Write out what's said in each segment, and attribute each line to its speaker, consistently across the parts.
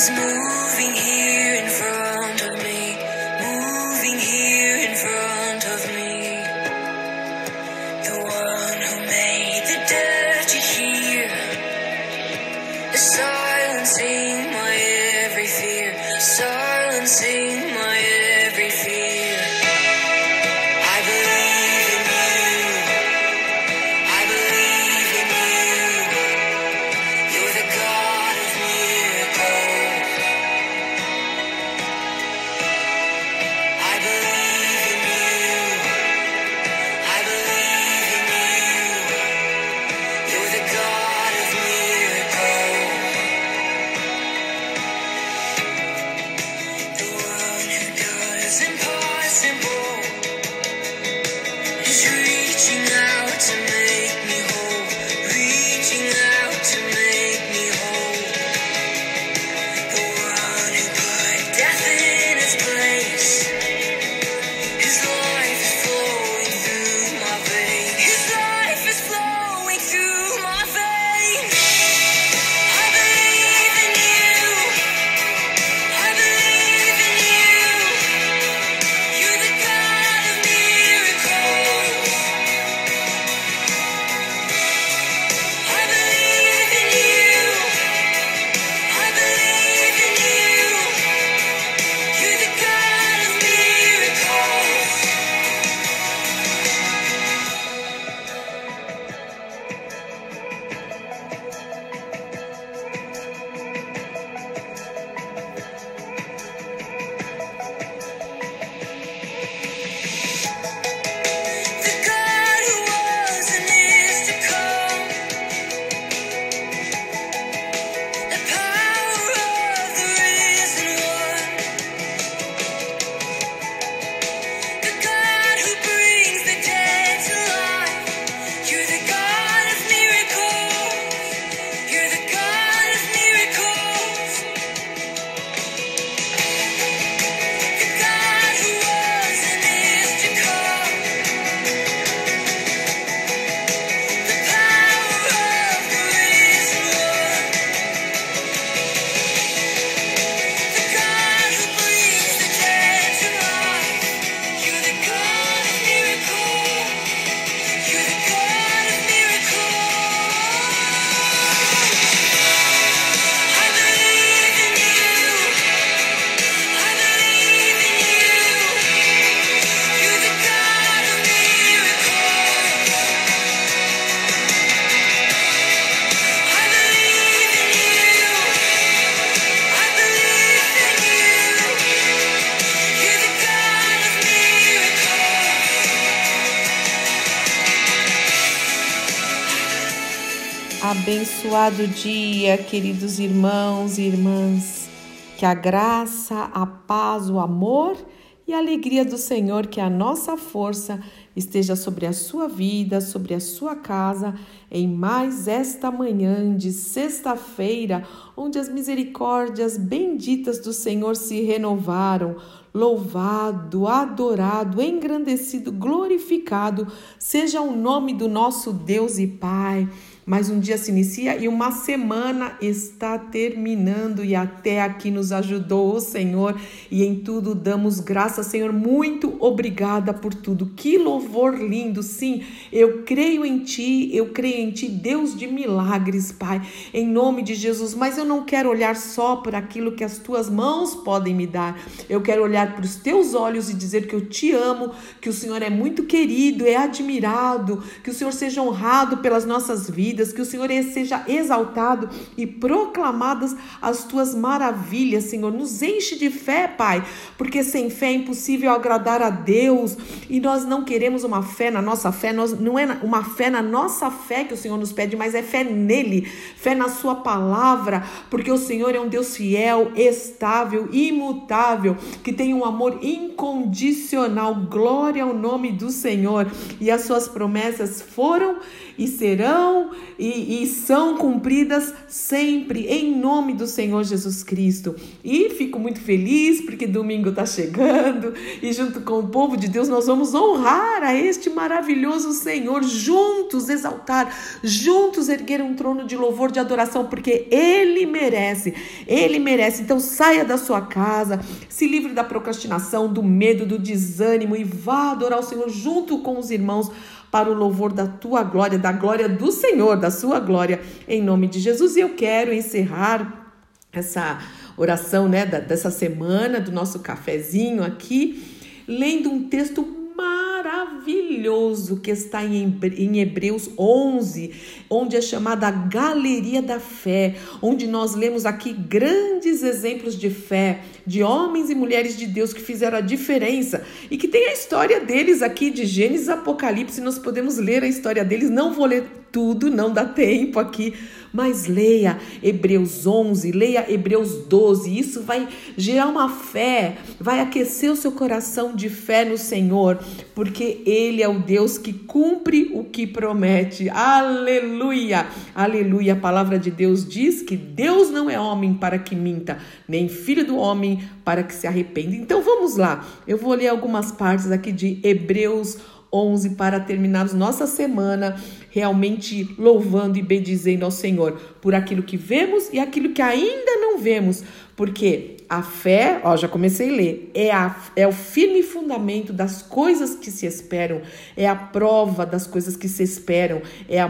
Speaker 1: is moving here in front of me, moving here in front of me. The one who made the dirt you hear is silencing my every fear, silencing my every fear. I believe in you, I believe in you. You're the God of miracles. I believe in you, I believe in you. You're the God of miracles. The one who does impossible is reaching out to make me whole, reaching out to make me whole. The one who put death in its place, his life is flowing through my veins, his life is flowing through my veins. I believe in you, I believe in you. You're the God of miracles. I believe in you, I believe in you. You're the God of miracles. The God who was and is to come. The power of the risen one. The God who brings the dead to life. You're the God of miracles. You're the God of miracles. The God who was and is to come. The power of the risen one. The God who brings the dead to life. You're the God of miracles. You're the God of miracles. I believe in you, I believe in you. You're the God of miracles. I believe in you, I believe in you. You're the God of miracles.
Speaker 2: Abençoado dia, queridos irmãos e irmãs. Que a graça, a paz, o amor e a alegria do Senhor, que a nossa força esteja sobre a sua vida, sobre a sua casa, em mais esta manhã de sexta-feira, onde as misericórdias benditas do Senhor se renovaram. Louvado, adorado, engrandecido, glorificado seja o nome do nosso Deus e Pai. Mais um dia se inicia e uma semana está terminando e até aqui nos ajudou o Senhor e em tudo damos graças, Senhor. Muito obrigada por tudo. Que louvor lindo. Sim, eu creio em Ti, Deus de milagres, Pai, em nome de Jesus. Mas eu não quero olhar só para aquilo que as Tuas mãos podem me dar. Eu quero olhar para os Teus olhos e dizer que eu Te amo, que o Senhor é muito querido, é admirado, que o Senhor seja honrado pelas nossas vidas, que o Senhor seja exaltado e proclamadas as Tuas maravilhas, Senhor. Nos enche de fé, Pai, porque sem fé é impossível agradar a Deus e nós não queremos uma fé na nossa fé, não é uma fé na nossa fé que o Senhor nos pede, mas é fé nele, fé na Sua palavra, porque o Senhor é um Deus fiel, estável, imutável, que tem um amor incondicional. Glória ao nome do Senhor. E as Suas promessas foram e serão e são cumpridas sempre, em nome do Senhor Jesus Cristo. E fico muito feliz porque domingo está chegando e junto com o povo de Deus nós vamos honrar a este maravilhoso Senhor, juntos exaltar, juntos erguer um trono de louvor, de adoração, porque Ele merece. Então saia da sua casa, se livre da procrastinação, do medo, do desânimo e vá adorar o Senhor junto com os irmãos para o louvor da tua glória, da glória do Senhor, da sua glória, em nome de Jesus. E eu quero encerrar essa oração, dessa semana, do nosso cafezinho aqui, lendo um texto maravilhoso que está em Hebreus 11, onde é chamada a Galeria da Fé, onde nós lemos aqui grandes exemplos de fé, de homens e mulheres de Deus que fizeram a diferença e que tem a história deles aqui de Gênesis e Apocalipse. Nós podemos ler a história deles, não vou ler tudo, não dá tempo aqui, mas leia Hebreus 11, leia Hebreus 12, isso vai gerar uma fé, vai aquecer o seu coração de fé no Senhor, porque Ele é o Deus que cumpre o que promete. Aleluia, aleluia. A palavra de Deus diz que Deus não é homem para que minta, nem filho do homem para que se arrependa. Então vamos lá, eu vou ler algumas partes aqui de Hebreus 11 para terminarmos nossa semana realmente louvando e bendizendo ao Senhor por aquilo que vemos e aquilo que ainda não vemos, porque a fé, já comecei a ler, é o firme fundamento das coisas que se esperam, é a prova das coisas que se esperam,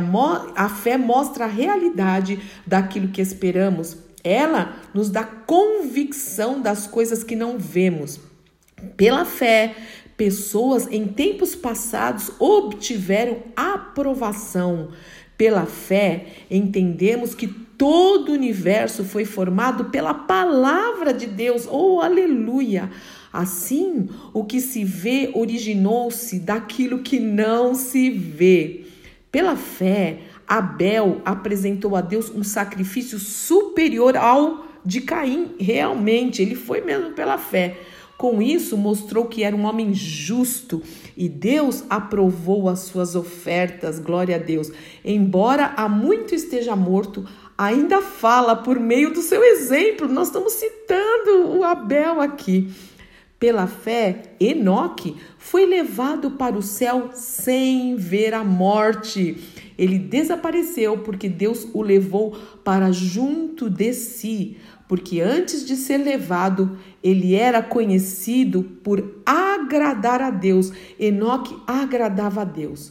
Speaker 2: a fé mostra a realidade daquilo que esperamos, ela nos dá convicção das coisas que não vemos. Pela fé, pessoas em tempos passados obtiveram aprovação. Pela fé, entendemos que todo o universo foi formado pela palavra de Deus. Oh, aleluia! Assim, o que se vê originou-se daquilo que não se vê. Pela fé, Abel apresentou a Deus um sacrifício superior ao de Caim. Realmente, ele foi mesmo pela fé. Com isso, mostrou que era um homem justo e Deus aprovou as suas ofertas, glória a Deus. Embora há muito esteja morto, ainda fala por meio do seu exemplo. Nós estamos citando o Abel aqui. Pela fé, Enoque foi levado para o céu sem ver a morte. Ele desapareceu porque Deus o levou para junto de si. Porque antes de ser levado, ele era conhecido por agradar a Deus. Enoque agradava a Deus.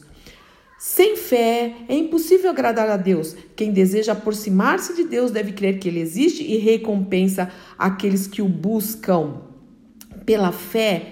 Speaker 2: Sem fé, é impossível agradar a Deus. Quem deseja aproximar-se de Deus deve crer que Ele existe e recompensa aqueles que o buscam. Pela fé,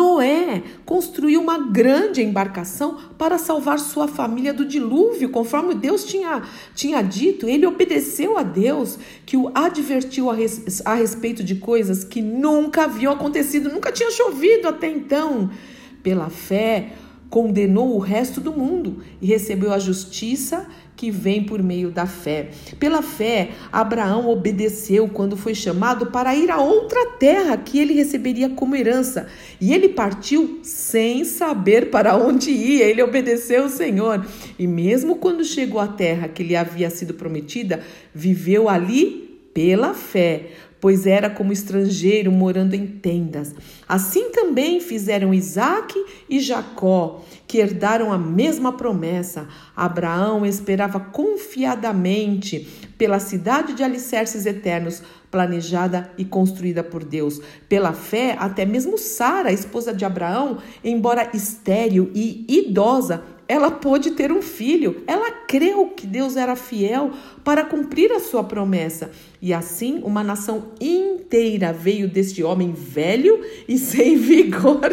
Speaker 2: Noé construiu uma grande embarcação para salvar sua família do dilúvio, conforme Deus tinha dito. Ele obedeceu a Deus, que o advertiu a respeito de coisas que nunca haviam acontecido, nunca tinha chovido até então. Pela fé, condenou o resto do mundo e recebeu a justiça que vem por meio da fé. Pela fé, Abraão obedeceu quando foi chamado para ir a outra terra que ele receberia como herança. E ele partiu sem saber para onde ia. Ele obedeceu o Senhor. E mesmo quando chegou à terra que lhe havia sido prometida, viveu ali pela fé, pois era como estrangeiro morando em tendas. Assim também fizeram Isaque e Jacó, que herdaram a mesma promessa. Abraão esperava confiadamente pela cidade de alicerces eternos, planejada e construída por Deus. Pela fé, até mesmo Sara, a esposa de Abraão, embora estéril e idosa, ela pôde ter um filho. Ela creu que Deus era fiel para cumprir a sua promessa. E assim, uma nação inteira veio deste homem velho e sem vigor.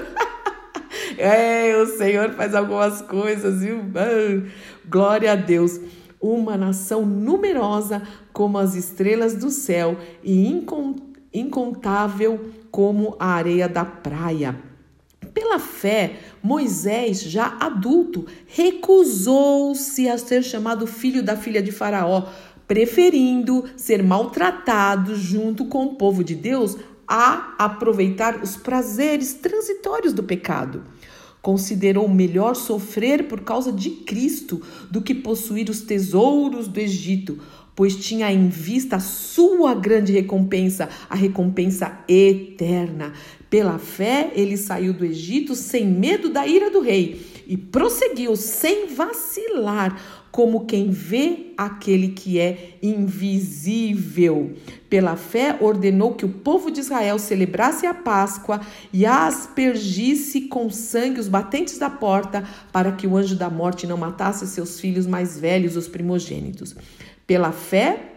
Speaker 2: O Senhor faz algumas coisas, viu? Glória a Deus. Uma nação numerosa como as estrelas do céu e incontável como a areia da praia. Pela fé, Moisés, já adulto, recusou-se a ser chamado filho da filha de Faraó, preferindo ser maltratado junto com o povo de Deus a aproveitar os prazeres transitórios do pecado. Considerou melhor sofrer por causa de Cristo do que possuir os tesouros do Egito, pois tinha em vista a sua grande recompensa, a recompensa eterna. Pela fé, ele saiu do Egito sem medo da ira do rei e prosseguiu sem vacilar, como quem vê aquele que é invisível. Pela fé, ordenou que o povo de Israel celebrasse a Páscoa e aspergisse com sangue os batentes da porta, para que o anjo da morte não matasse seus filhos mais velhos, os primogênitos. Pela fé,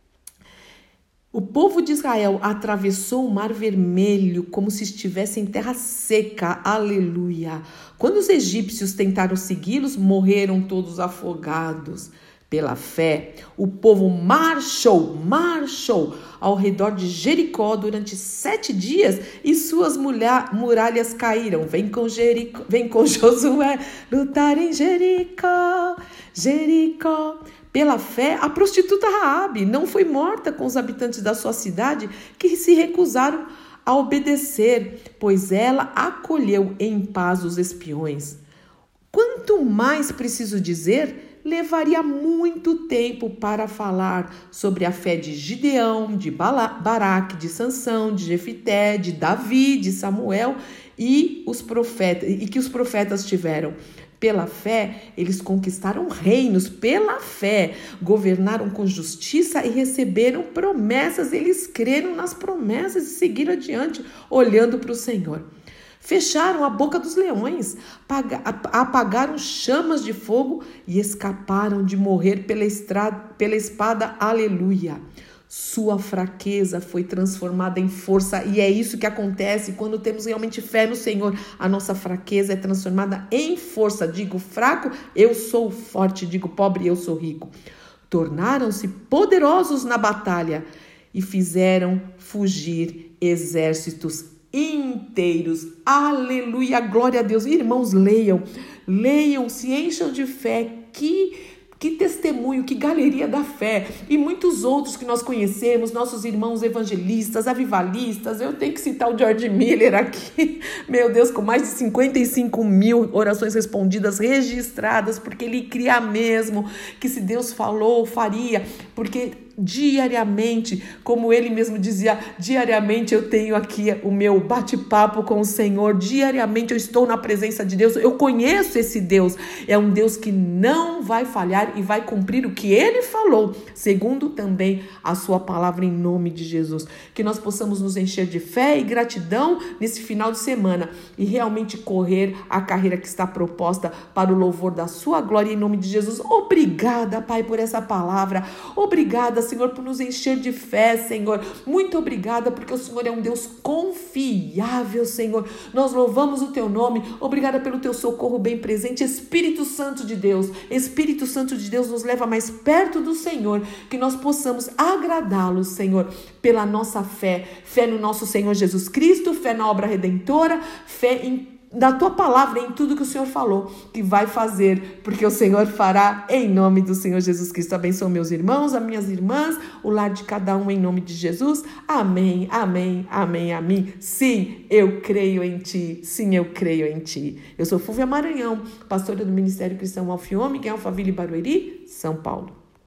Speaker 2: o povo de Israel atravessou o Mar Vermelho como se estivesse em terra seca. Aleluia! Quando os egípcios tentaram segui-los, morreram todos afogados. Pela fé, o povo marchou ao redor de Jericó durante 7 dias e suas muralhas caíram. Vem com Josué lutar em Jericó. Pela fé, a prostituta Raabe não foi morta com os habitantes da sua cidade que se recusaram a obedecer, pois ela acolheu em paz os espiões. Quanto mais preciso dizer, levaria muito tempo para falar sobre a fé de Gideão, de Baraque, de Sansão, de Jefité, de Davi, de Samuel e que os profetas tiveram. Pela fé, eles conquistaram reinos, pela fé, governaram com justiça e receberam promessas. Eles creram nas promessas e seguiram adiante, olhando para o Senhor. Fecharam a boca dos leões, apagaram chamas de fogo e escaparam de morrer pela espada. Aleluia! Sua fraqueza foi transformada em força, e é isso que acontece quando temos realmente fé no Senhor. A nossa fraqueza é transformada em força. Digo fraco, eu sou forte. Digo pobre, eu sou rico. Tornaram-se poderosos na batalha e fizeram fugir exércitos inteiros. Aleluia, glória a Deus. Irmãos, leiam, se encham de fé. Que testemunho, que galeria da fé. E muitos outros que nós conhecemos, nossos irmãos evangelistas, avivalistas. Eu tenho que citar o George Miller aqui. Meu Deus, com mais de 55 mil orações respondidas, registradas, porque ele cria mesmo que se Deus falou, faria. Porque diariamente, como ele mesmo dizia, diariamente eu tenho aqui o meu bate-papo com o Senhor, diariamente eu estou na presença de Deus, eu conheço esse Deus, é um Deus que não vai falhar e vai cumprir o que ele falou, segundo também a sua palavra, em nome de Jesus. Que nós possamos nos encher de fé e gratidão nesse final de semana e realmente correr a carreira que está proposta para o louvor da sua glória, em nome de Jesus. Obrigada, Pai, por essa palavra. Obrigada, Senhor, por nos encher de fé, Senhor. Muito obrigada, porque o Senhor é um Deus confiável, Senhor. Nós louvamos o teu nome. Obrigada pelo teu socorro bem presente. Espírito Santo de Deus, nos leva mais perto do Senhor, que nós possamos agradá-lo, Senhor, pela nossa fé no nosso Senhor Jesus Cristo, fé na obra redentora, fé na tua palavra, em tudo que o Senhor falou, que vai fazer, porque o Senhor fará, em nome do Senhor Jesus Cristo. Abençoa meus irmãos, as minhas irmãs, o lar de cada um, em nome de Jesus. Amém, amém, amém, amém. Sim, eu creio em ti. Sim, eu creio em ti. Eu sou Fúvia Maranhão, pastora do Ministério Cristão Alfiômega, em Alphaville, Barueri, São Paulo.